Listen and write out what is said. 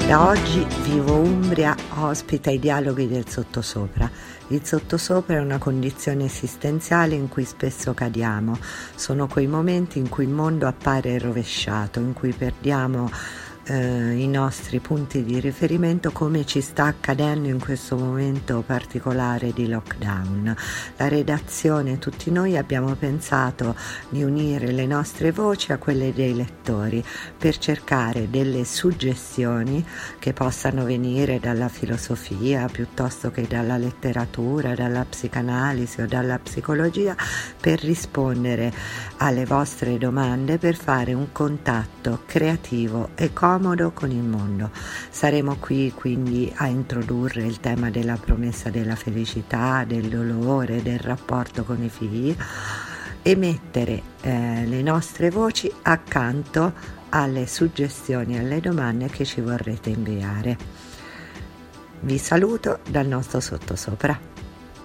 Da oggi Vivo Umbria ospita i dialoghi del sottosopra. Il sottosopra è una condizione esistenziale in cui spesso cadiamo. Sono quei momenti in cui il mondo appare rovesciato, in cui perdiamo i nostri punti di riferimento, come ci sta accadendo in questo momento particolare di lockdown. La redazione, tutti noi abbiamo pensato di unire le nostre voci a quelle dei lettori per cercare delle suggestioni che possano venire dalla filosofia piuttosto che dalla letteratura, dalla psicanalisi o dalla psicologia, per rispondere alle vostre domande, per fare un contatto creativo e comodo con il mondo. Saremo qui quindi a introdurre il tema della promessa della felicità, del dolore, del rapporto con i figli e mettere le nostre voci accanto alle suggestioni e alle domande che ci vorrete inviare. Vi saluto dal nostro sottosopra.